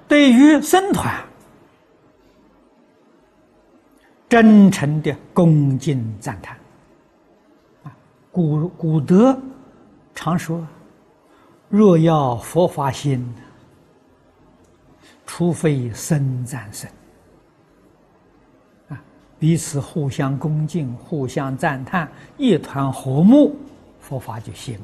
对于僧团，真诚的恭敬赞叹。古德常说：“若要佛法兴，除非僧赞僧。”彼此互相恭敬，互相赞叹，一团和睦，佛法就兴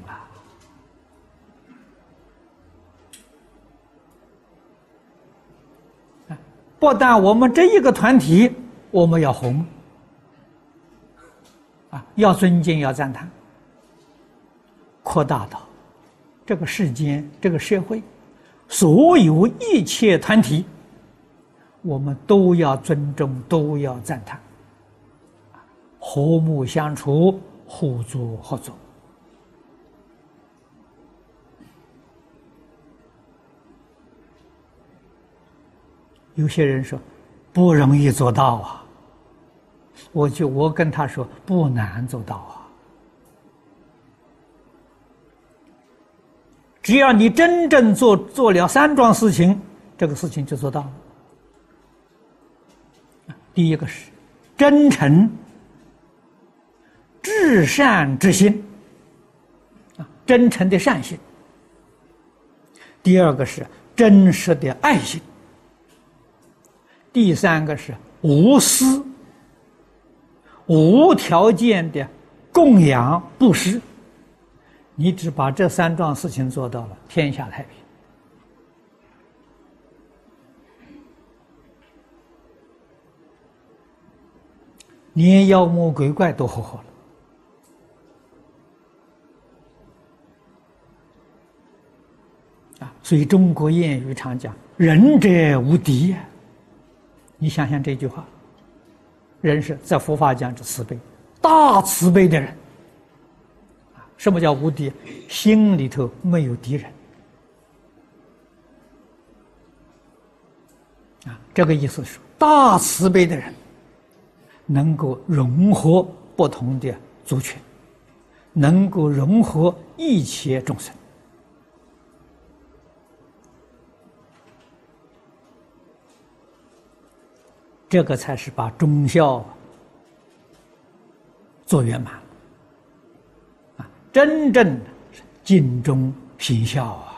了。不但我们这一个团体，我们要和睦，要尊敬，要赞叹，扩大到这个世间、这个社会，所有一切团体，我们都要尊重，都要赞叹，和睦相处，互助合作。有些人说不容易做到啊，我跟他说不难做到啊，只要你真正做了三桩事情，这个事情就做到了。第一个是真诚至善之心，真诚的善心；第二个是真实的爱心；第三个是无私、无条件的供养布施。你只把这三桩事情做到了，天下太平。连妖魔鬼怪都和好了。所以中国谚语常讲“仁者无敌”呀。你想想这句话，人是在佛法讲是慈悲，大慈悲的人。什么叫无敌？心里头没有敌人。这个意思是大慈悲的人能够融合不同的族群，能够融合一切众生。这个才是把忠孝做圆满。真正的尽忠行孝啊。